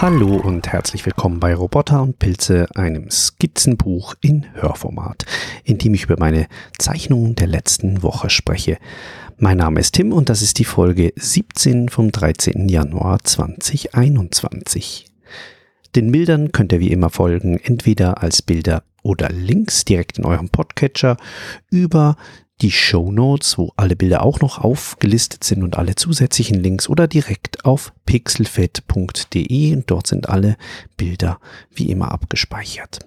Hallo und herzlich willkommen bei Roboter und Pilze, einem Skizzenbuch in Hörformat, in dem ich über meine Zeichnungen der letzten Woche spreche. Mein Name ist Tim und das ist die Folge 17 vom 13. Januar 2021. Den Bildern könnt ihr wie immer folgen, entweder als Bilder oder Links direkt in eurem Podcatcher über die Shownotes, wo alle Bilder auch noch aufgelistet sind und alle zusätzlichen Links, oder direkt auf pixelfed.de und dort sind alle Bilder wie immer abgespeichert.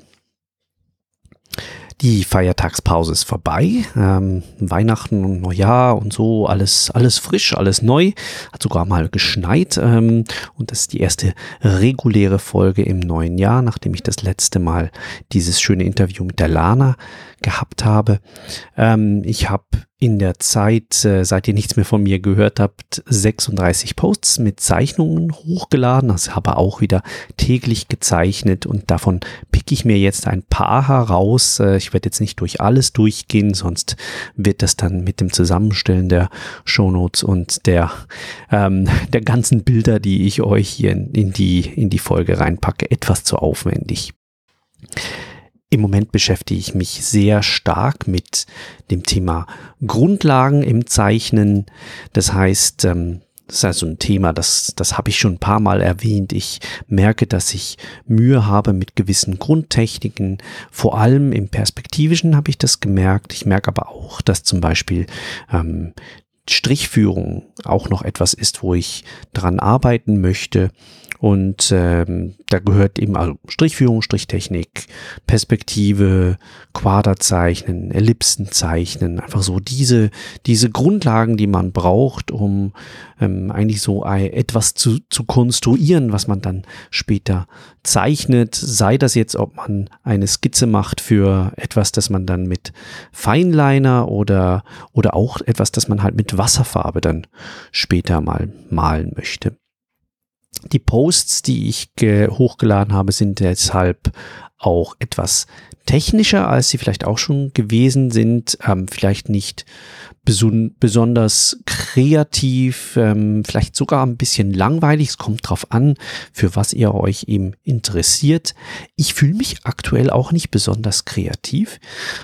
Die Feiertagspause ist vorbei, Weihnachten und Neujahr und so, alles frisch, alles neu, hat sogar mal geschneit und das ist die erste reguläre Folge im neuen Jahr, nachdem ich das letzte Mal dieses schöne Interview mit der Lana gehabt habe. Ich habe in der Zeit, seit ihr nichts mehr von mir gehört habt, 36 Posts mit Zeichnungen hochgeladen. Also habe auch wieder täglich gezeichnet und davon picke ich mir jetzt ein paar heraus. Ich werde jetzt nicht durch alles durchgehen, sonst wird das dann mit dem Zusammenstellen der Shownotes und der ganzen Bilder, die ich euch hier in die Folge reinpacke, etwas zu aufwendig. Im Moment beschäftige ich mich sehr stark mit dem Thema Grundlagen im Zeichnen. Das heißt, das ist also ein Thema, das habe ich schon ein paar Mal erwähnt. Ich merke, dass ich Mühe habe mit gewissen Grundtechniken. Vor allem im Perspektivischen habe ich das gemerkt. Ich merke aber auch, dass zum Beispiel Strichführung auch noch etwas ist, wo ich dran arbeiten möchte. Und da gehört eben also Strichführung, Strichtechnik, Perspektive, Quaderzeichnen, Ellipsenzeichnen, einfach so diese Grundlagen, die man braucht, um eigentlich so etwas zu konstruieren, was man dann später zeichnet, sei das jetzt, ob man eine Skizze macht für etwas, das man dann mit Feinliner oder auch etwas, das man halt mit Wasserfarbe dann später mal malen möchte. Die Posts, die ich hochgeladen habe, sind deshalb auch etwas technischer, als sie vielleicht auch schon gewesen sind, vielleicht nicht besonders kreativ, vielleicht sogar ein bisschen langweilig. Es kommt drauf an, für was ihr euch eben interessiert. Ich fühle mich aktuell auch nicht besonders kreativ.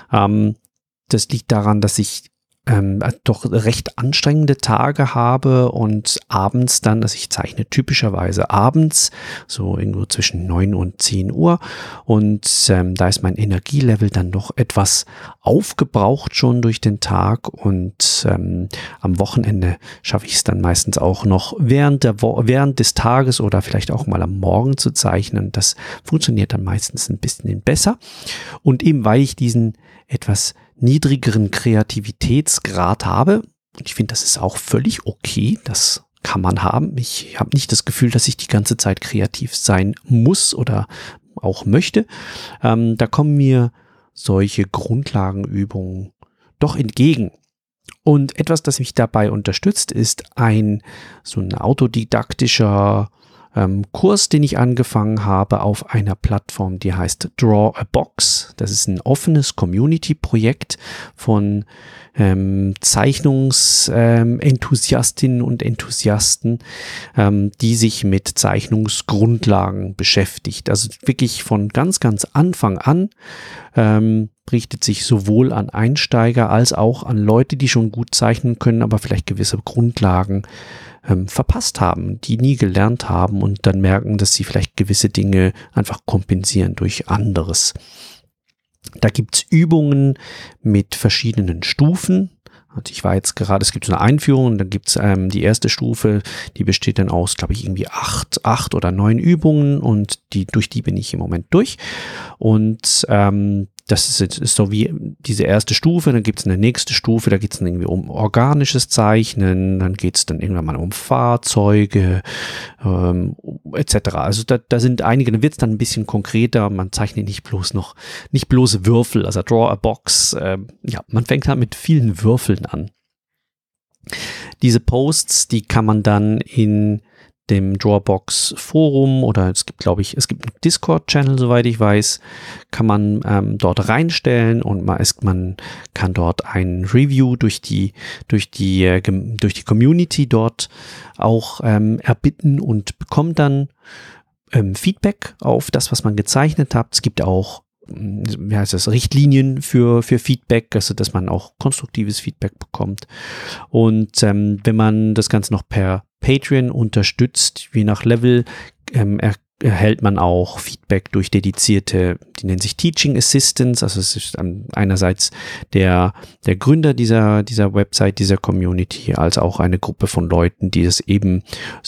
Das liegt daran, dass ich doch recht anstrengende Tage habe und abends dann, also ich zeichne typischerweise abends, so irgendwo zwischen 9 und 10 Uhr und da ist mein Energielevel dann noch etwas aufgebraucht schon durch den Tag und am Wochenende schaffe ich es dann meistens auch noch während des Tages oder vielleicht auch mal am Morgen zu zeichnen. Das funktioniert dann meistens ein bisschen besser und eben weil ich diesen etwas niedrigeren Kreativitätsgrad habe. Und ich finde, das ist auch völlig okay. Das kann man haben. Ich habe nicht das Gefühl, dass ich die ganze Zeit kreativ sein muss oder auch möchte. Da kommen mir solche Grundlagenübungen doch entgegen. Und etwas, das mich dabei unterstützt, ist so ein autodidaktischer Kurs, den ich angefangen habe auf einer Plattform, die heißt Draw a Box. Das ist ein offenes Community-Projekt von Zeichnungsenthusiastinnen und Enthusiasten, die sich mit Zeichnungsgrundlagen beschäftigt. Also wirklich von ganz, ganz Anfang an richtet sich sowohl an Einsteiger als auch an Leute, die schon gut zeichnen können, aber vielleicht gewisse Grundlagen verpasst haben, die nie gelernt haben und dann merken, dass sie vielleicht gewisse Dinge einfach kompensieren durch anderes. Da gibt's Übungen mit verschiedenen Stufen. Und ich war jetzt gerade, es gibt so eine Einführung und dann gibt's die erste Stufe, die besteht dann aus, glaube ich, irgendwie 8 oder 9 Übungen und durch die bin ich im Moment durch. Und das ist so wie diese erste Stufe, dann gibt es eine nächste Stufe, da geht es dann irgendwie um organisches Zeichnen, dann geht es dann irgendwann mal um Fahrzeuge etc. Also da sind einige, dann wird es dann ein bisschen konkreter, man zeichnet nicht bloß Würfel, also Draw a Box, man fängt halt mit vielen Würfeln an. Diese Posts, die kann man dann in dem Drawbox Forum oder es gibt einen Discord-Channel, soweit ich weiß, kann man dort reinstellen und man kann dort ein Review durch die Community dort auch erbitten und bekommt dann Feedback auf das, was man gezeichnet hat. Es gibt auch wie heißt das, Richtlinien für Feedback, also dass man auch konstruktives Feedback bekommt. Und wenn man das Ganze noch per Patreon unterstützt, je nach Level, erhält man auch Feedback durch dedizierte, die nennen sich Teaching Assistants, also es ist einerseits der Gründer dieser Website, dieser Community, als auch eine Gruppe von Leuten, die das eben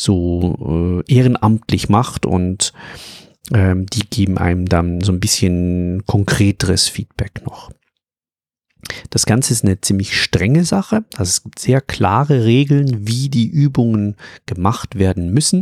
so ehrenamtlich macht, und die geben einem dann so ein bisschen konkreteres Feedback noch. Das Ganze ist eine ziemlich strenge Sache. Also es gibt sehr klare Regeln, wie die Übungen gemacht werden müssen.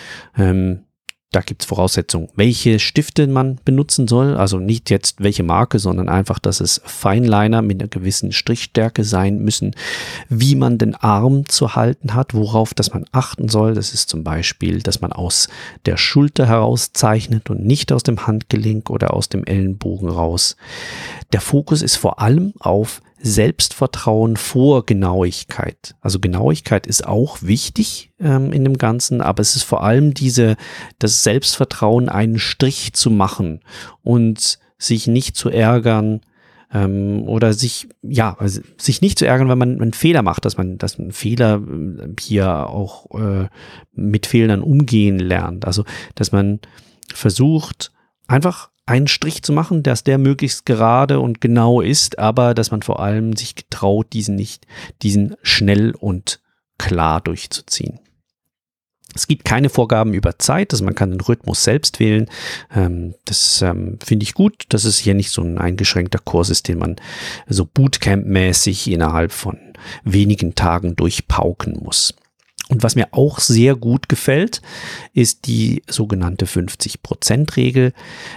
Da gibt es Voraussetzungen, welche Stifte man benutzen soll. Also nicht jetzt welche Marke, sondern einfach, dass es Fineliner mit einer gewissen Strichstärke sein müssen. Wie man den Arm zu halten hat, worauf dass man achten soll. Das ist zum Beispiel, dass man aus der Schulter heraus zeichnet und nicht aus dem Handgelenk oder aus dem Ellenbogen raus. Der Fokus ist vor allem auf Selbstvertrauen vor Genauigkeit. Also Genauigkeit ist auch wichtig in dem Ganzen, aber es ist vor allem das Selbstvertrauen, einen Strich zu machen und sich nicht zu ärgern oder sich nicht zu ärgern, wenn man einen Fehler macht, dass man Fehler hier auch mit Fehlern umgehen lernt. Also dass man versucht, einfach einen Strich zu machen, dass der möglichst gerade und genau ist, aber dass man vor allem sich getraut, diesen schnell und klar durchzuziehen. Es gibt keine Vorgaben über Zeit, also man kann den Rhythmus selbst wählen. Das finde ich gut, dass es hier nicht so ein eingeschränkter Kurs ist, den man so Bootcamp-mäßig innerhalb von wenigen Tagen durchpauken muss. Und was mir auch sehr gut gefällt, ist die sogenannte 50%-Regel.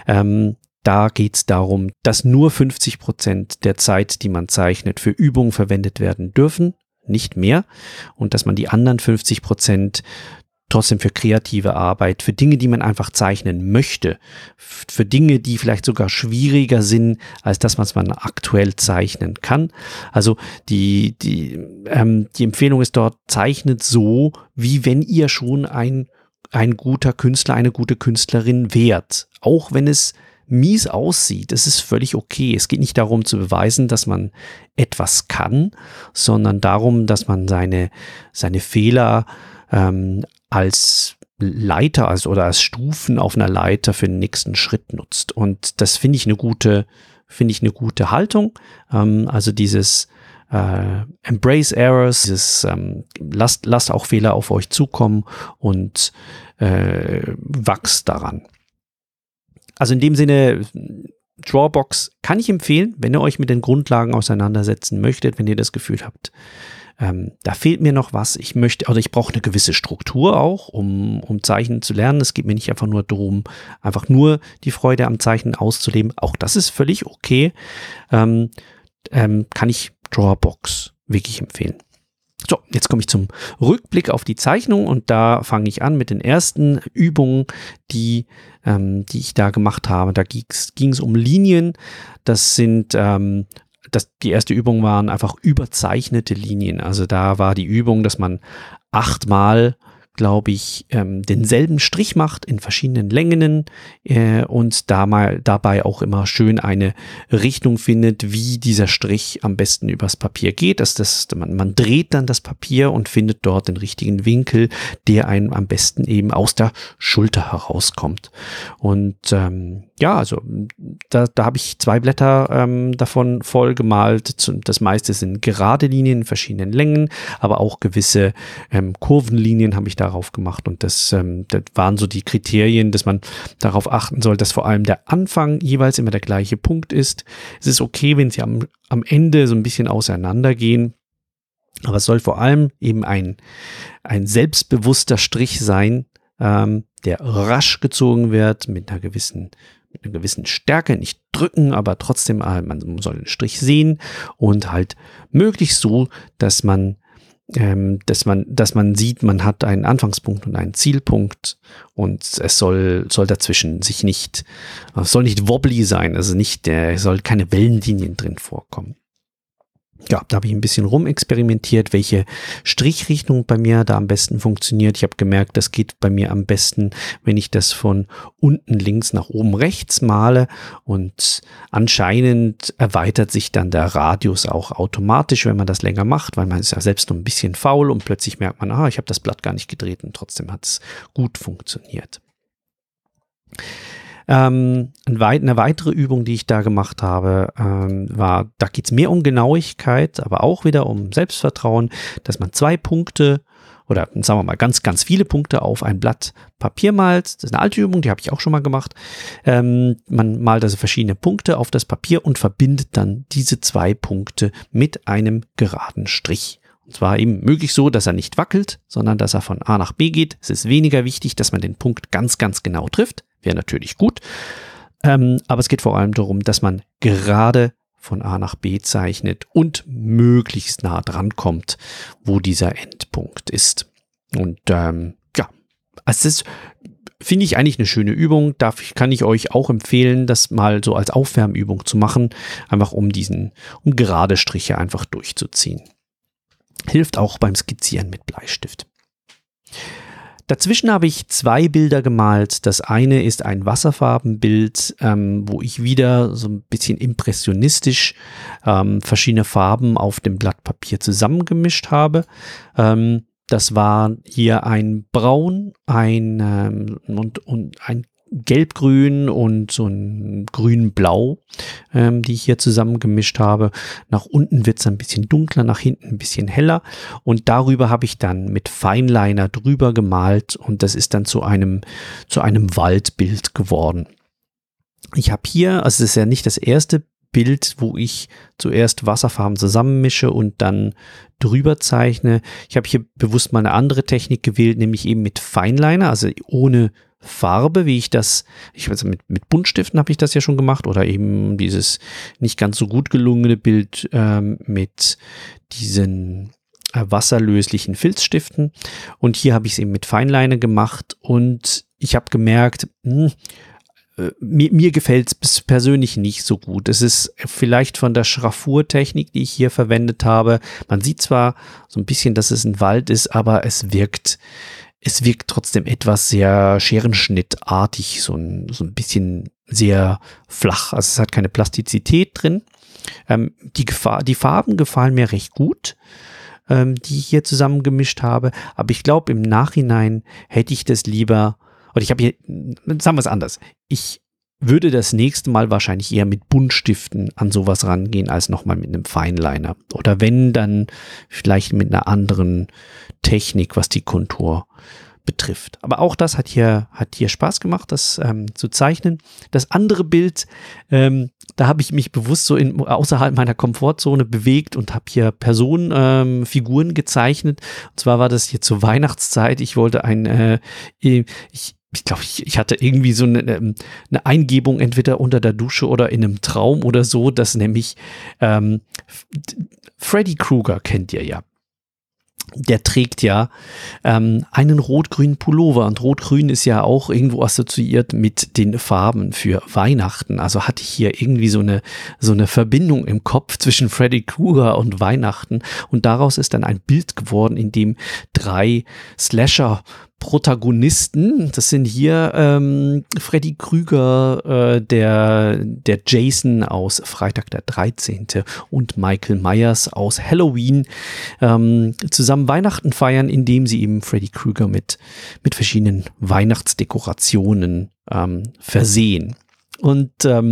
Da geht es darum, dass nur 50% der Zeit, die man zeichnet, für Übungen verwendet werden dürfen, nicht mehr. Und dass man die anderen 50% trotzdem für kreative Arbeit, für Dinge, die man einfach zeichnen möchte, für Dinge, die vielleicht sogar schwieriger sind als das, was man aktuell zeichnen kann. Also die Empfehlung ist dort, zeichnet so, wie wenn ihr schon ein guter Künstler, eine gute Künstlerin wärt. Auch wenn es mies aussieht, das ist völlig okay. Es geht nicht darum zu beweisen, dass man etwas kann, sondern darum, dass man seine Fehler als Leiter oder als Stufen auf einer Leiter für den nächsten Schritt nutzt. Und das finde ich eine gute Haltung. Also dieses Embrace Errors, dieses lasst auch Fehler auf euch zukommen und wachst daran. Also in dem Sinne, Drawbox kann ich empfehlen, wenn ihr euch mit den Grundlagen auseinandersetzen möchtet, wenn ihr das Gefühl habt, da fehlt mir noch was. Ich brauche eine gewisse Struktur auch, um Zeichnen zu lernen. Es geht mir nicht einfach nur darum, einfach nur die Freude am Zeichnen auszuleben. Auch das ist völlig okay. Kann ich Drawbox wirklich empfehlen. So, jetzt komme ich zum Rückblick auf die Zeichnung, und da fange ich an mit den ersten Übungen, die ich da gemacht habe. Da ging es um Linien. Das sind die erste Übung waren einfach überzeichnete Linien. Also da war die Übung, dass man 8-mal, glaube ich, denselben Strich macht in verschiedenen Längen und dabei auch immer schön eine Richtung findet, wie dieser Strich am besten übers Papier geht. Man dreht dann das Papier und findet dort den richtigen Winkel, der einem am besten eben aus der Schulter herauskommt. Und also da habe ich 2 Blätter davon voll gemalt. Das meiste sind gerade Linien in verschiedenen Längen, aber auch gewisse Kurvenlinien habe ich darauf gemacht, und das waren so die Kriterien, dass man darauf achten soll, dass vor allem der Anfang jeweils immer der gleiche Punkt ist. Es ist okay, wenn sie am Ende so ein bisschen auseinandergehen, aber es soll vor allem eben ein selbstbewusster Strich sein, der rasch gezogen wird, mit einer gewissen Stärke, nicht drücken, aber trotzdem, man soll den Strich sehen und halt möglichst so, dass man sieht, man hat einen Anfangspunkt und einen Zielpunkt, und es soll dazwischen es soll nicht wobbly sein, also es soll keine Wellenlinien drin vorkommen. Ja, da habe ich ein bisschen rumexperimentiert, welche Strichrichtung bei mir da am besten funktioniert. Ich habe gemerkt, das geht bei mir am besten, wenn ich das von unten links nach oben rechts male, und anscheinend erweitert sich dann der Radius auch automatisch, wenn man das länger macht, weil man ist ja selbst noch ein bisschen faul und plötzlich merkt man, ich habe das Blatt gar nicht gedreht, und trotzdem hat es gut funktioniert. Eine weitere Übung, die ich da gemacht habe, war, da geht es mehr um Genauigkeit, aber auch wieder um Selbstvertrauen, dass man 2 Punkte oder sagen wir mal ganz, ganz viele Punkte auf ein Blatt Papier malt. Das ist eine alte Übung, die habe ich auch schon mal gemacht. Man malt also verschiedene Punkte auf das Papier und verbindet dann diese 2 Punkte mit einem geraden Strich. Und zwar eben möglichst so, dass er nicht wackelt, sondern dass er von A nach B geht. Es ist weniger wichtig, dass man den Punkt ganz, ganz genau trifft. Wäre natürlich gut. Aber es geht vor allem darum, dass man gerade von A nach B zeichnet und möglichst nah dran kommt, wo dieser Endpunkt ist. Und es ist, finde ich, eigentlich eine schöne Übung. Kann ich euch auch empfehlen, das mal so als Aufwärmübung zu machen, einfach um gerade Striche einfach durchzuziehen. Hilft auch beim Skizzieren mit Bleistift. Dazwischen habe ich 2 Bilder gemalt. Das eine ist ein Wasserfarbenbild, wo ich wieder so ein bisschen impressionistisch verschiedene Farben auf dem Blatt Papier zusammengemischt habe. Das war hier ein Braun, und ein Gelbgrün und so ein Grün-Blau, die ich hier zusammengemischt habe. Nach unten wird es ein bisschen dunkler, nach hinten ein bisschen heller, und darüber habe ich dann mit Fineliner drüber gemalt, und das ist dann zu einem Waldbild geworden. Ich habe hier, also es ist ja nicht das erste Bild, wo ich zuerst Wasserfarben zusammenmische und dann drüber zeichne. Ich habe hier bewusst mal eine andere Technik gewählt, nämlich eben mit Fineliner, also ohne Farbe, mit Buntstiften habe ich das ja schon gemacht, oder eben dieses nicht ganz so gut gelungene Bild mit diesen wasserlöslichen Filzstiften, und hier habe ich es eben mit Fineliner gemacht, und ich habe gemerkt, mir gefällt es persönlich nicht so gut. Es ist vielleicht von der Schraffurtechnik, die ich hier verwendet habe. Man sieht zwar so ein bisschen, dass es ein Wald ist, aber es wirkt trotzdem etwas sehr scherenschnittartig, so ein bisschen sehr flach. Also es hat keine Plastizität drin. Die Farben gefallen mir recht gut, die ich hier zusammengemischt habe. Aber ich glaube, im Nachhinein hätte ich das lieber, oder sagen wir es anders. Ich würde das nächste Mal wahrscheinlich eher mit Buntstiften an sowas rangehen, als nochmal mit einem Fineliner. Oder wenn, dann vielleicht mit einer anderen Technik, was die Kontur betrifft. Aber auch das hat hier Spaß gemacht, das zu zeichnen. Das andere Bild, da habe ich mich bewusst so außerhalb meiner Komfortzone bewegt und habe hier Figuren gezeichnet. Und zwar war das hier zur Weihnachtszeit. Ich wollte ich glaube, ich hatte irgendwie so eine Eingebung, entweder unter der Dusche oder in einem Traum oder so, dass nämlich Freddy Krueger kennt ihr ja. Der trägt ja einen rot-grünen Pullover, und rot-grün ist ja auch irgendwo assoziiert mit den Farben für Weihnachten. Also hatte ich hier irgendwie so eine Verbindung im Kopf zwischen Freddy Krueger und Weihnachten, und daraus ist dann ein Bild geworden, in dem 3 Slasher-Protagonisten, das sind hier Freddy Krueger, der Jason aus Freitag der 13. und Michael Myers aus Halloween, zusammen Weihnachten feiern, indem sie eben Freddy Krueger mit verschiedenen Weihnachtsdekorationen versehen. Und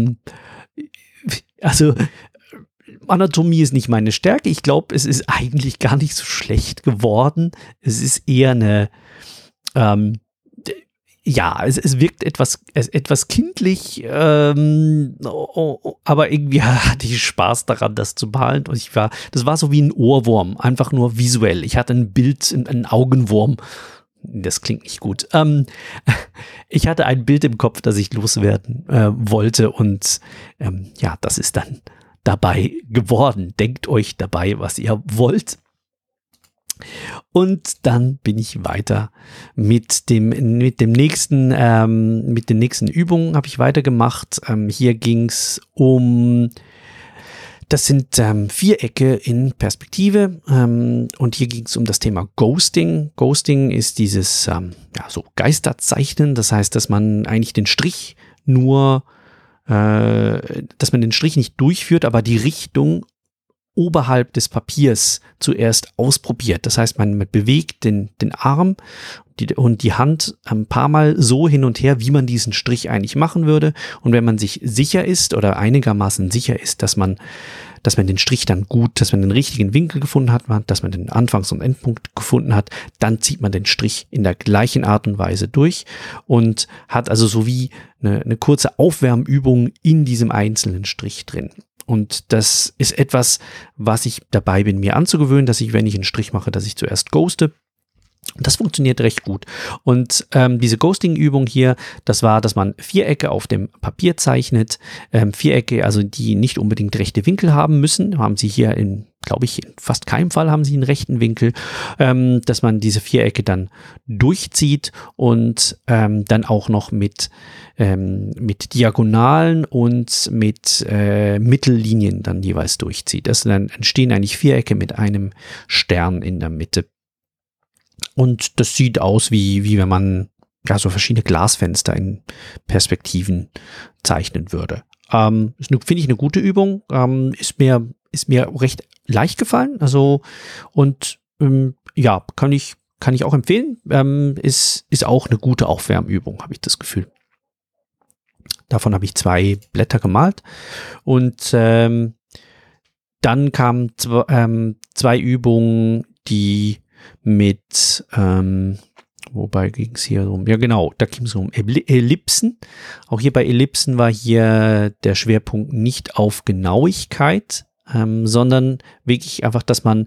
also Anatomie ist nicht meine Stärke. Ich glaube, es ist eigentlich gar nicht so schlecht geworden. Es ist eher es wirkt etwas kindlich, aber irgendwie hatte ich Spaß daran, das zu malen. Und das war so wie ein Ohrwurm, einfach nur visuell. Ich hatte ein Bild, einen Augenwurm. Das klingt nicht gut. Ich hatte ein Bild im Kopf, das ich loswerden wollte, und das ist dann dabei geworden. Denkt euch dabei, was ihr wollt. Und dann bin ich weiter mit den nächsten Übungen habe ich weitergemacht. Hier ging es um Das sind Vierecke in Perspektive und hier ging es um das Thema Ghosting. Ghosting ist dieses so Geisterzeichnen, das heißt, dass man eigentlich den Strich dass man den Strich nicht durchführt, aber die Richtung oberhalb des Papiers zuerst ausprobiert. Das heißt, man bewegt den Arm und die Hand ein paar Mal so hin und her, wie man diesen Strich eigentlich machen würde. Und wenn man sich sicher ist oder einigermaßen sicher ist, dass man den Strich dann dass man den richtigen Winkel gefunden hat, dass man den Anfangs- und Endpunkt gefunden hat, dann zieht man den Strich in der gleichen Art und Weise durch und hat also so wie eine kurze Aufwärmübung in diesem einzelnen Strich drin. Und das ist etwas, was ich dabei bin, mir anzugewöhnen, dass ich, wenn ich einen Strich mache, dass ich zuerst ghoste. Das funktioniert recht gut. Und diese Ghosting-Übung hier, das war, dass man Vierecke auf dem Papier zeichnet. Vierecke, also die nicht unbedingt rechte Winkel haben müssen, haben sie hier glaube ich, in fast keinem Fall haben sie einen rechten Winkel, dass man diese Vierecke dann durchzieht und dann auch noch mit Diagonalen und mit Mittellinien dann jeweils durchzieht. Dann entstehen eigentlich Vierecke mit einem Stern in der Mitte. Und das sieht aus, wie wenn man so verschiedene Glasfenster in Perspektiven zeichnen würde. Finde ich eine gute Übung. Ist mir recht leicht gefallen. Also und kann ich auch empfehlen. Ist auch eine gute Aufwärmübung, habe ich das Gefühl. Davon habe ich 2 Blätter gemalt und dann kamen 2 Übungen, die mit, wobei ging es hier um, ja genau, da ging es um Ellipsen. Auch hier bei Ellipsen war hier der Schwerpunkt nicht auf Genauigkeit, sondern wirklich einfach, dass man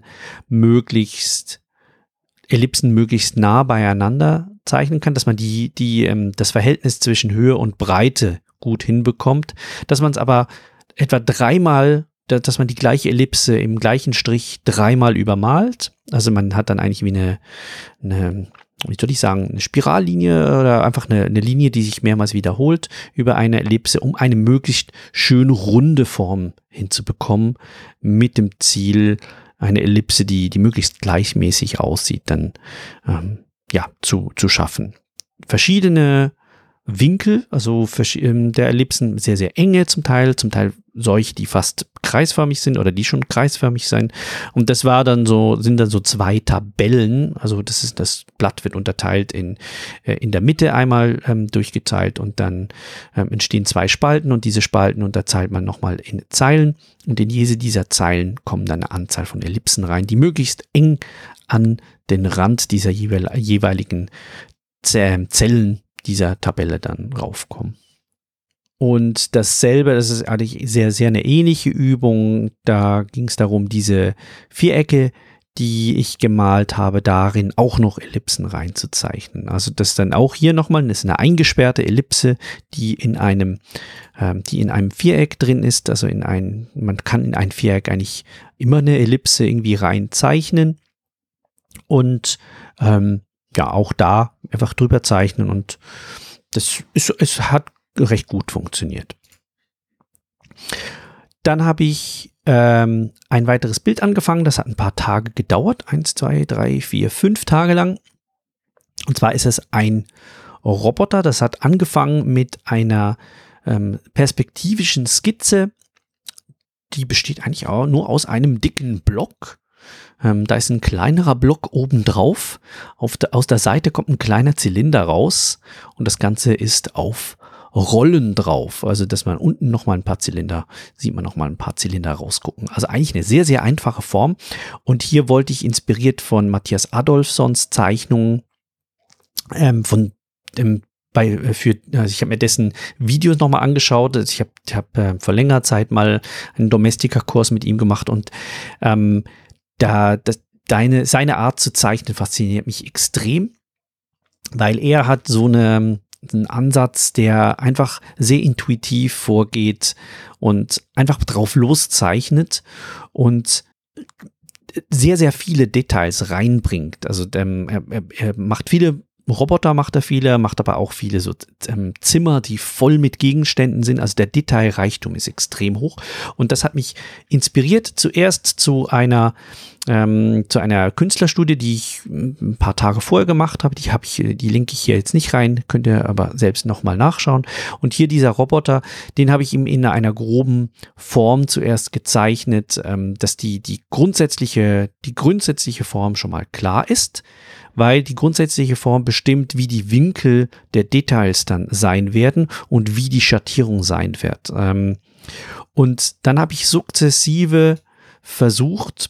Ellipsen möglichst nah beieinander zeichnen kann, dass man das Verhältnis zwischen Höhe und Breite gut hinbekommt, dass man es aber etwa dass man die gleiche Ellipse im gleichen Strich 3-mal übermalt. Also man hat dann eigentlich wie eine Spirallinie oder einfach eine Linie, die sich mehrmals wiederholt über eine Ellipse, um eine möglichst schön runde Form hinzubekommen, mit dem Ziel, eine Ellipse, die möglichst gleichmäßig aussieht, dann zu schaffen. Verschiedene Winkel, also der Ellipsen sehr, sehr enge zum Teil solche, die fast kreisförmig sind oder die schon kreisförmig sind. Und das sind dann so 2 Tabellen. Also das Blatt wird unterteilt in der Mitte einmal durchgeteilt und dann entstehen 2 Spalten und diese Spalten unterteilt man nochmal in Zeilen. Und in jede dieser Zeilen kommen dann eine Anzahl von Ellipsen rein, die möglichst eng an den Rand dieser jeweiligen Zellen dieser Tabelle dann raufkommen. Und dasselbe, das ist eigentlich sehr, sehr eine ähnliche Übung. Da ging es darum, diese Vierecke, die ich gemalt habe, darin auch noch Ellipsen reinzuzeichnen. Also das dann auch hier nochmal, das ist eine eingesperrte Ellipse, die in einem Viereck drin ist. Also man kann in ein Viereck eigentlich immer eine Ellipse irgendwie reinzeichnen. Und auch da einfach drüber zeichnen und es hat recht gut funktioniert. Dann habe ich ein weiteres Bild angefangen, das hat ein paar Tage gedauert, 1, 2, 3, 4, 5 Tage lang. Und zwar ist es ein Roboter, das hat angefangen mit einer perspektivischen Skizze, die besteht eigentlich auch nur aus einem dicken Block. Da ist ein kleinerer Block oben drauf. Aus der Seite kommt ein kleiner Zylinder raus und das Ganze ist auf Rollen drauf. Also, dass man unten nochmal ein paar Zylinder rausgucken. Also eigentlich eine sehr, sehr einfache Form. Und hier wollte ich inspiriert von Matthias Adolfssons Zeichnungen ich habe mir dessen Videos nochmal angeschaut. Ich habe vor längerer Zeit mal einen Domestika-Kurs mit ihm gemacht und seine Art zu zeichnen fasziniert mich extrem, weil er hat so einen Ansatz, der einfach sehr intuitiv vorgeht und einfach drauf loszeichnet und sehr, sehr viele Details reinbringt. Also er macht viele Roboter macht er viele, macht aber auch viele so Zimmer, die voll mit Gegenständen sind. Also der Detailreichtum ist extrem hoch. Und das hat mich inspiriert, zuerst zu einer Künstlerstudie, die ich ein paar Tage vorher gemacht habe. Die linke ich hier jetzt nicht rein, könnt ihr aber selbst nochmal nachschauen. Und hier dieser Roboter, den habe ich ihm in einer groben Form zuerst gezeichnet, dass die grundsätzliche Form schon mal klar ist, weil die grundsätzliche Form bestimmt, wie die Winkel der Details dann sein werden und wie die Schattierung sein wird. Und dann habe ich sukzessive versucht,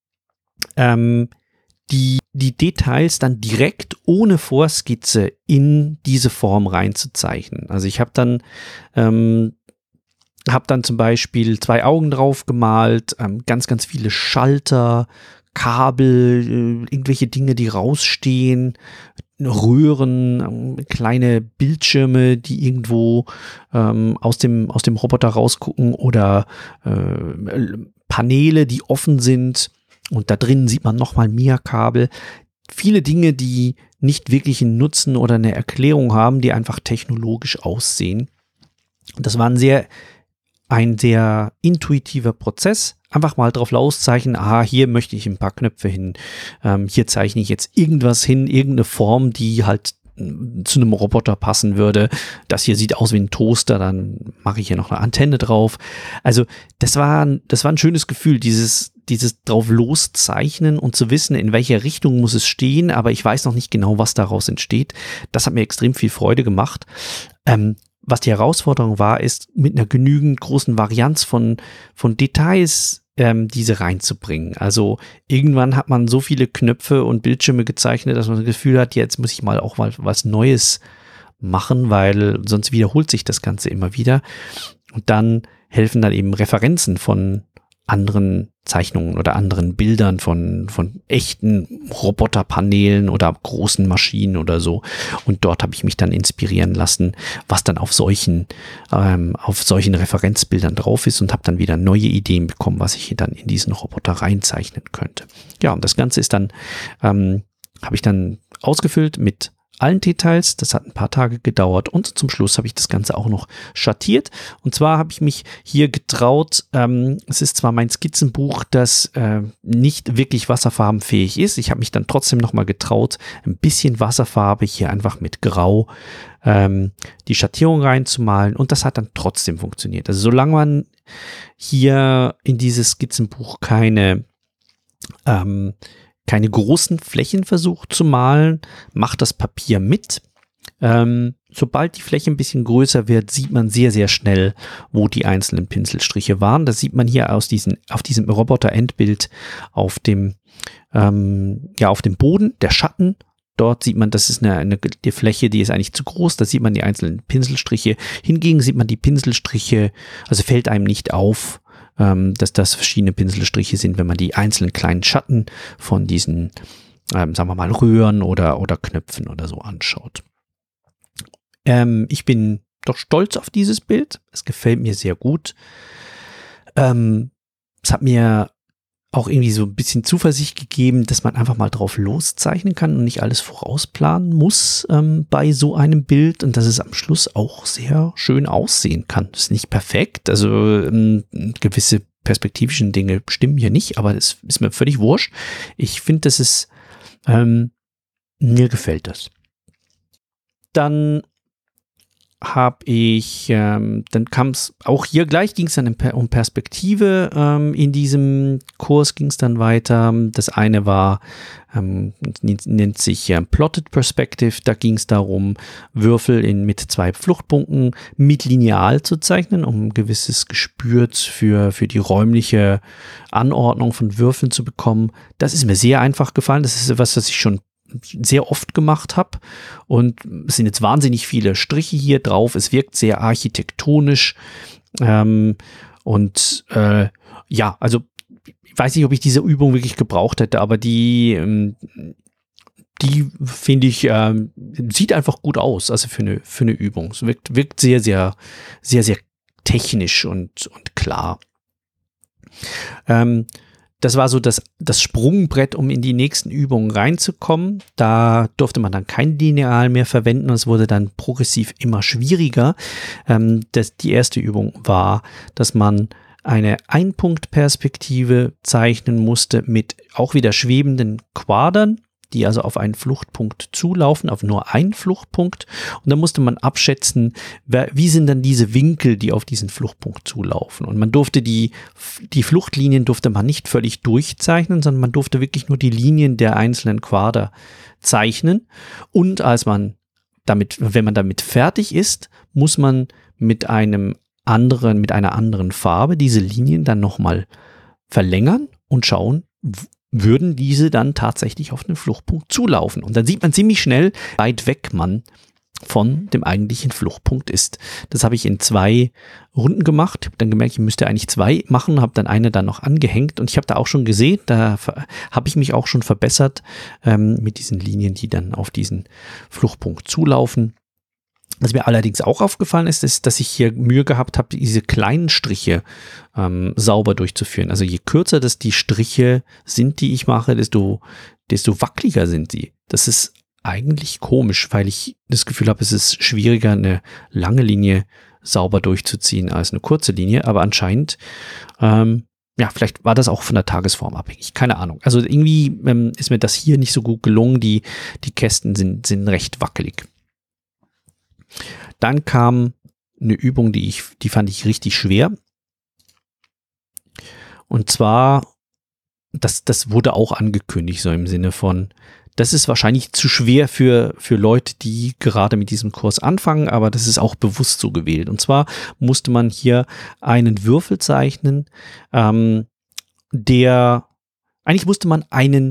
die Details dann direkt ohne Vorskizze in diese Form reinzuzeichnen. Also ich habe dann zum Beispiel 2 Augen drauf gemalt, ganz, ganz viele Schalter, Kabel, irgendwelche Dinge, die rausstehen, Röhren, kleine Bildschirme, die irgendwo aus dem Roboter rausgucken oder Paneele, die offen sind. Und da drinnen sieht man nochmal Mia-Kabel. Viele Dinge, die nicht wirklich einen Nutzen oder eine Erklärung haben, die einfach technologisch aussehen. Und das war ein sehr intuitiver Prozess. Einfach mal drauf loszeichnen, hier möchte ich ein paar Knöpfe hin. Hier zeichne ich jetzt irgendwas hin, irgendeine Form, die halt zu einem Roboter passen würde. Das hier sieht aus wie ein Toaster, dann mache ich hier noch eine Antenne drauf. Also das war ein schönes Gefühl, dieses drauf loszeichnen und zu wissen, in welcher Richtung muss es stehen, aber ich weiß noch nicht genau, was daraus entsteht. Das hat mir extrem viel Freude gemacht. Was die Herausforderung war, ist, mit einer genügend großen Varianz von Details diese reinzubringen. Also irgendwann hat man so viele Knöpfe und Bildschirme gezeichnet, dass man das Gefühl hat, jetzt muss ich mal auch mal was Neues machen, weil sonst wiederholt sich das Ganze immer wieder. Und dann helfen dann eben Referenzen von anderen Zeichnungen oder anderen Bildern von echten Roboterpaneelen oder großen Maschinen oder so. Und dort habe ich mich dann inspirieren lassen, was dann auf solchen Referenzbildern drauf ist und habe dann wieder neue Ideen bekommen, was ich dann in diesen Roboter reinzeichnen könnte. Ja, und das Ganze ist dann, habe ich dann ausgefüllt mit allen Details. Das hat ein paar Tage gedauert und zum Schluss habe ich das Ganze auch noch schattiert. Und zwar habe ich mich hier getraut, es ist zwar mein Skizzenbuch, das nicht wirklich wasserfarbenfähig ist. Ich habe mich dann trotzdem nochmal getraut, ein bisschen Wasserfarbe hier einfach mit Grau die Schattierung reinzumalen und das hat dann trotzdem funktioniert. Also solange man hier in dieses Skizzenbuch keine großen Flächen versucht zu malen, macht das Papier mit. Sobald die Fläche ein bisschen größer wird, sieht man sehr, sehr schnell, wo die einzelnen Pinselstriche waren. Das sieht man hier auf diesem Roboter-Endbild auf dem Boden, der Schatten. Dort sieht man, das ist die Fläche, die ist eigentlich zu groß. Da sieht man die einzelnen Pinselstriche. Hingegen sieht man die Pinselstriche, also fällt einem nicht auf, dass das verschiedene Pinselstriche sind, wenn man die einzelnen kleinen Schatten von diesen, sagen wir mal, Röhren oder Knöpfen oder so anschaut. Ich bin doch stolz auf dieses Bild. Es gefällt mir sehr gut. Es hat mir auch irgendwie so ein bisschen Zuversicht gegeben, dass man einfach mal drauf loszeichnen kann und nicht alles vorausplanen muss bei so einem Bild und dass es am Schluss auch sehr schön aussehen kann. Das ist nicht perfekt, also gewisse perspektivischen Dinge stimmen hier nicht, aber es ist mir völlig wurscht. Ich finde, das ist, mir gefällt das. Dann dann kam es auch hier gleich, ging es dann um Perspektive. In diesem Kurs ging es dann weiter. Das eine war, nennt sich Plotted Perspective. Da ging es darum, Würfel mit 2 Fluchtpunkten mit Lineal zu zeichnen, um ein gewisses Gespür für die räumliche Anordnung von Würfeln zu bekommen. Das ist mir sehr einfach gefallen. Das ist etwas, was ich schon sehr oft gemacht habe und es sind jetzt wahnsinnig viele Striche hier drauf, es wirkt sehr architektonisch also ich weiß nicht, ob ich diese Übung wirklich gebraucht hätte, aber die finde ich, sieht einfach gut aus, also für eine Übung. Es wirkt sehr, sehr, sehr, sehr technisch und klar. das war so das Sprungbrett, um in die nächsten Übungen reinzukommen. Da durfte man dann kein Lineal mehr verwenden und es wurde dann progressiv immer schwieriger. Die erste Übung war, dass man eine Einpunktperspektive zeichnen musste mit auch wieder schwebenden Quadern, die also auf einen Fluchtpunkt zulaufen, auf nur einen Fluchtpunkt. Und dann musste man abschätzen, wie sind dann diese Winkel, die auf diesen Fluchtpunkt zulaufen. Und man durfte die Fluchtlinien durfte man nicht völlig durchzeichnen, sondern man durfte wirklich nur die Linien der einzelnen Quader zeichnen. Und wenn man damit fertig ist, muss man mit einer anderen Farbe diese Linien dann nochmal verlängern und schauen, würden diese dann tatsächlich auf den Fluchtpunkt zulaufen. Und dann sieht man ziemlich schnell, wie weit weg man von dem eigentlichen Fluchtpunkt ist. Das habe ich in 2 Runden gemacht. Ich habe dann gemerkt, ich müsste eigentlich 2 machen, habe dann eine dann noch angehängt und ich habe da auch schon gesehen, da habe ich mich auch schon verbessert mit diesen Linien, die dann auf diesen Fluchtpunkt zulaufen. Was mir allerdings auch aufgefallen ist, dass ich hier Mühe gehabt habe, diese kleinen Striche sauber durchzuführen. Also je kürzer das die Striche sind, die ich mache, desto wackeliger sind sie. Das ist eigentlich komisch, weil ich das Gefühl habe, es ist schwieriger, eine lange Linie sauber durchzuziehen als eine kurze Linie. Aber anscheinend, vielleicht war das auch von der Tagesform abhängig. Keine Ahnung. Also irgendwie ist mir das hier nicht so gut gelungen. Die Kästen sind recht wackelig. Dann kam eine Übung, die fand ich richtig schwer. Und zwar, das wurde auch angekündigt, so im Sinne von, das ist wahrscheinlich zu schwer für Leute, die gerade mit diesem Kurs anfangen, aber das ist auch bewusst so gewählt. Und zwar musste man hier einen Würfel zeichnen, eigentlich musste man eine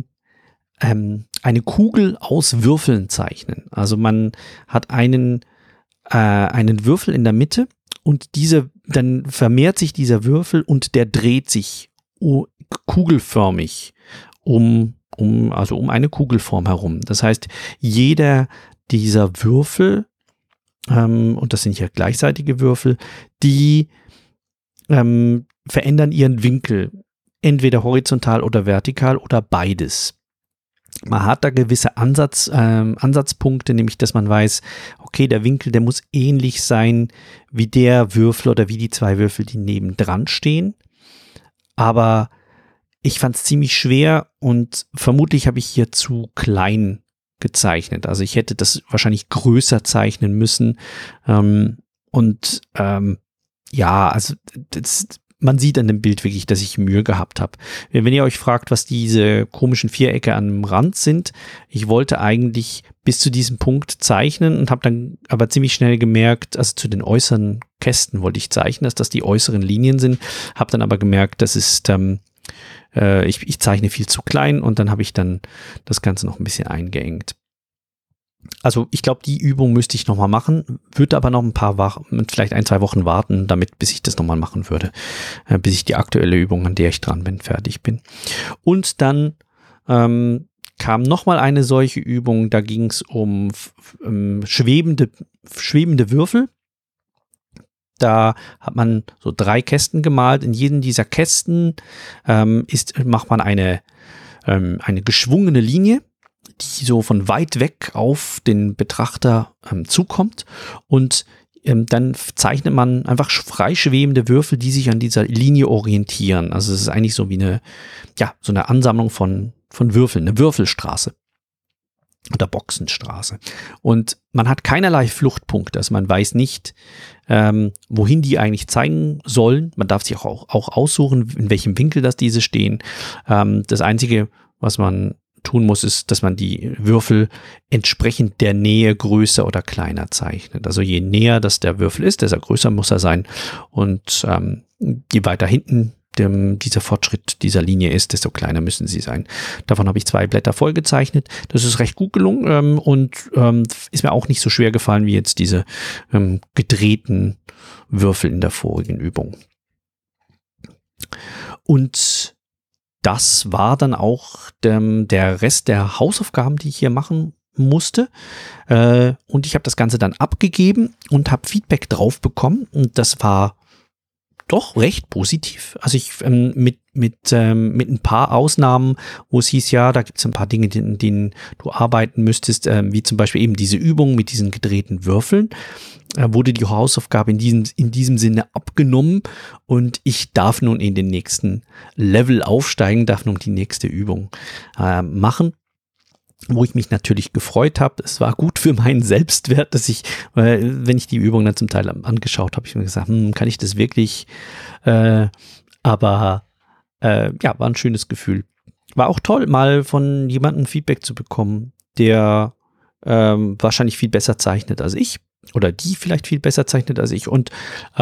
Kugel aus Würfeln zeichnen. Also man hat einen Würfel in der Mitte und dann vermehrt sich dieser Würfel und der dreht sich kugelförmig um eine Kugelform herum. Das heißt, jeder dieser Würfel, und das sind ja gleichseitige Würfel, die verändern ihren Winkel, entweder horizontal oder vertikal oder beides. Man hat da gewisse Ansatzpunkte, nämlich dass man weiß, okay, der Winkel, der muss ähnlich sein wie der Würfel oder wie die 2 Würfel, die nebendran stehen. Aber ich fand es ziemlich schwer und vermutlich habe ich hier zu klein gezeichnet. Also ich hätte das wahrscheinlich größer zeichnen müssen. Man sieht an dem Bild wirklich, dass ich Mühe gehabt habe. Wenn ihr euch fragt, was diese komischen Vierecke am Rand sind, ich wollte eigentlich bis zu diesem Punkt zeichnen und habe dann aber ziemlich schnell gemerkt, also zu den äußeren Kästen wollte ich zeichnen, dass das die äußeren Linien sind, habe dann aber gemerkt, das ist, ich zeichne viel zu klein und dann habe ich dann das Ganze noch ein bisschen eingeengt. Also ich glaube, die Übung müsste ich nochmal machen, würde aber noch vielleicht 1-2 Wochen warten, bis ich das nochmal machen würde, bis ich die aktuelle Übung, an der ich dran bin, fertig bin. Und dann kam nochmal eine solche Übung, da ging es um schwebende Würfel. Da hat man so 3 Kästen gemalt. In jedem dieser Kästen macht man eine geschwungene Linie, die so von weit weg auf den Betrachter zukommt und dann zeichnet man einfach frei schwebende Würfel, die sich an dieser Linie orientieren. Also es ist eigentlich so wie so eine Ansammlung von Würfeln, eine Würfelstraße oder Boxenstraße. Und man hat keinerlei Fluchtpunkte, also man weiß nicht, wohin die eigentlich zeigen sollen. Man darf sich auch aussuchen, in welchem Winkel diese stehen. Das Einzige, was man tun muss, ist, dass man die Würfel entsprechend der Nähe größer oder kleiner zeichnet. Also je näher das der Würfel ist, desto größer muss er sein. Und je weiter hinten dieser Fortschritt dieser Linie ist, desto kleiner müssen sie sein. Davon habe ich 2 Blätter voll gezeichnet. Das ist recht gut gelungen und ist mir auch nicht so schwer gefallen wie jetzt diese gedrehten Würfel in der vorigen Übung. Und das war dann auch der Rest der Hausaufgaben, die ich hier machen musste. Und ich habe das Ganze dann abgegeben und habe Feedback drauf bekommen. Und das war doch recht positiv. Also mit mit ein paar Ausnahmen, wo es hieß, ja, da gibt es ein paar Dinge, in denen du arbeiten müsstest, wie zum Beispiel eben diese Übung mit diesen gedrehten Würfeln. Wurde die Hausaufgabe in diesem Sinne abgenommen und ich darf nun in den nächsten Level aufsteigen, darf nun die nächste Übung machen. Wo ich mich natürlich gefreut habe. Es war gut für meinen Selbstwert, dass ich, wenn ich die Übung dann zum Teil angeschaut habe, ich mir gesagt, kann ich das wirklich? Aber war ein schönes Gefühl. War auch toll, mal von jemandem Feedback zu bekommen, der wahrscheinlich viel besser zeichnet als ich oder die vielleicht viel besser zeichnet als ich. Und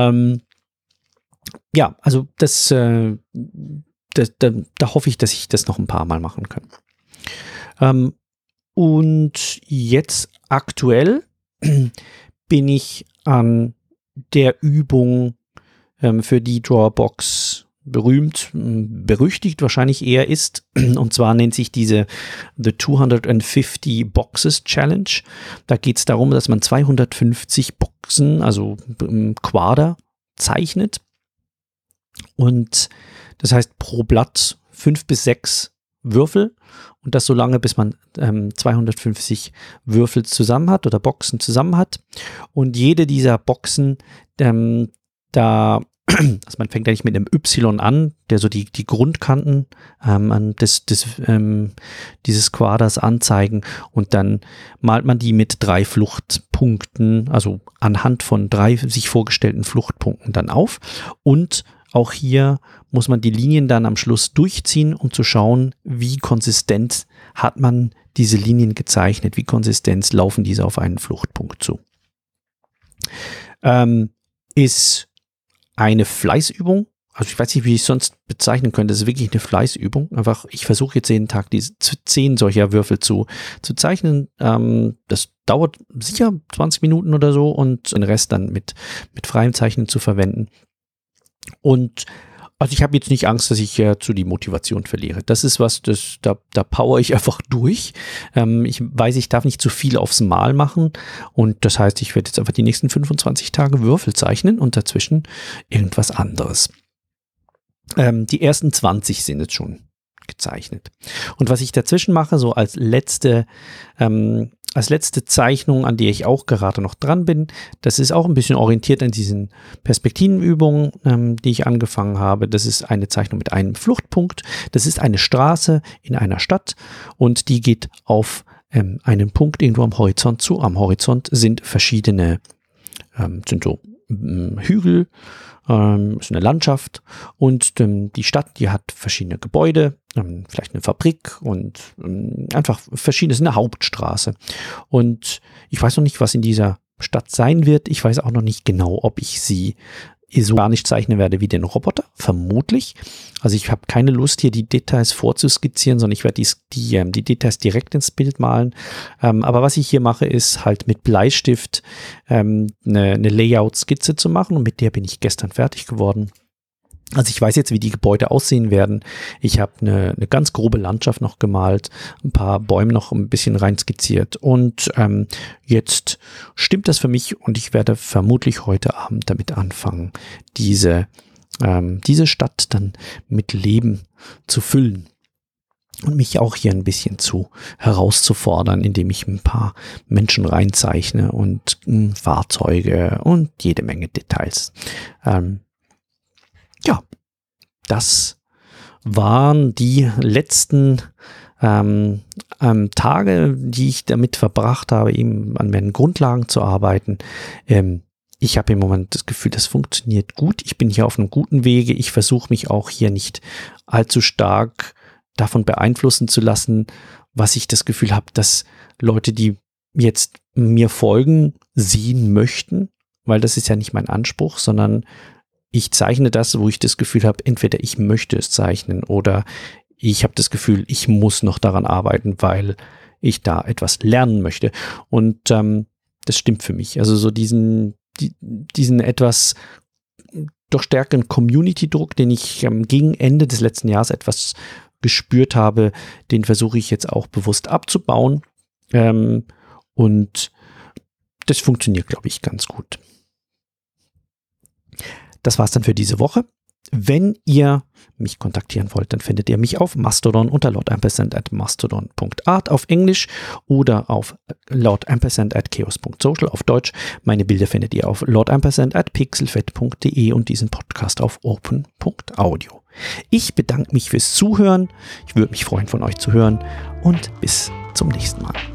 also da hoffe ich, dass ich das noch ein paar Mal machen kann. Und jetzt aktuell bin ich an der Übung, für die Drawbox berüchtigt wahrscheinlich eher ist. Und zwar nennt sich diese The 250 Boxes Challenge. Da geht es darum, dass man 250 Boxen, also Quader, zeichnet. Und das heißt pro Blatt 5 bis 6 Würfel und das so lange, bis man 250 Würfel zusammen hat oder Boxen zusammen hat. Und jede dieser Boxen, also man fängt eigentlich mit einem Y an, der so die Grundkanten dieses Quaders anzeigen und dann malt man die mit 3 Fluchtpunkten, also anhand von 3 sich vorgestellten Fluchtpunkten dann auf. Und auch hier muss man die Linien dann am Schluss durchziehen, um zu schauen, wie konsistent hat man diese Linien gezeichnet, wie konsistent laufen diese auf einen Fluchtpunkt zu. Ist eine Fleißübung, also ich weiß nicht, wie ich es sonst bezeichnen könnte, das ist wirklich eine Fleißübung. Einfach, ich versuche jetzt jeden Tag diese 10 solcher Würfel zu zeichnen. Das dauert sicher 20 Minuten oder so und den Rest dann mit freiem Zeichnen zu verwenden. Und also ich habe jetzt nicht Angst, dass ich die Motivation verliere. Das ist was, da power ich einfach durch. Ich weiß, ich darf nicht zu viel aufs Mal machen und das heißt, ich werde jetzt einfach die nächsten 25 Tage Würfel zeichnen und dazwischen irgendwas anderes. Die ersten 20 sind jetzt schon gezeichnet. Und was ich dazwischen mache, so als letzte Zeichnung, an der ich auch gerade noch dran bin, das ist auch ein bisschen orientiert an diesen Perspektivenübungen, die ich angefangen habe. Das ist eine Zeichnung mit einem Fluchtpunkt. Das ist eine Straße in einer Stadt und die geht auf einen Punkt irgendwo am Horizont zu. Am Horizont sind verschiedene Hügel, ist eine Landschaft und die Stadt, die hat verschiedene Gebäude, vielleicht eine Fabrik und einfach verschiedenes, eine Hauptstraße. Und ich weiß noch nicht, was in dieser Stadt sein wird. Ich weiß auch noch nicht genau, ob ich sie so gar nicht zeichnen werde wie den Roboter, vermutlich. Also ich habe keine Lust, hier die Details vorzuskizzieren, sondern ich werde die Details direkt ins Bild malen. Aber was ich hier mache, ist halt mit Bleistift eine Layout-Skizze zu machen und mit der bin ich gestern fertig geworden. Also ich weiß jetzt, wie die Gebäude aussehen werden. Ich habe eine ganz grobe Landschaft noch gemalt, ein paar Bäume noch ein bisschen rein skizziert und jetzt stimmt das für mich und ich werde vermutlich heute Abend damit anfangen, diese Stadt dann mit Leben zu füllen und mich auch hier ein bisschen herauszufordern, indem ich ein paar Menschen reinzeichne und Fahrzeuge und jede Menge Details. Ja, das waren die letzten Tage, die ich damit verbracht habe, eben an meinen Grundlagen zu arbeiten. Ich habe im Moment das Gefühl, das funktioniert gut. Ich bin hier auf einem guten Wege. Ich versuche mich auch hier nicht allzu stark davon beeinflussen zu lassen, was ich das Gefühl habe, dass Leute, die jetzt mir folgen, sehen möchten, weil das ist ja nicht mein Anspruch, sondern ich zeichne das, wo ich das Gefühl habe, entweder ich möchte es zeichnen oder ich habe das Gefühl, ich muss noch daran arbeiten, weil ich da etwas lernen möchte. Und das stimmt für mich. Also so diesen etwas doch stärkeren Community-Druck, den ich gegen Ende des letzten Jahres etwas gespürt habe, den versuche ich jetzt auch bewusst abzubauen. Und das funktioniert, glaube ich, ganz gut. Das war's dann für diese Woche. wenn ihr mich kontaktieren wollt, dann findet ihr mich auf Mastodon unter lord_@mastodon.art auf Englisch oder auf lord_@chaos.social auf Deutsch. Meine Bilder findet ihr auf lord_@pixelfed.de und diesen Podcast auf open.audio. Ich bedanke mich fürs Zuhören. Ich würde mich freuen, von euch zu hören und bis zum nächsten Mal.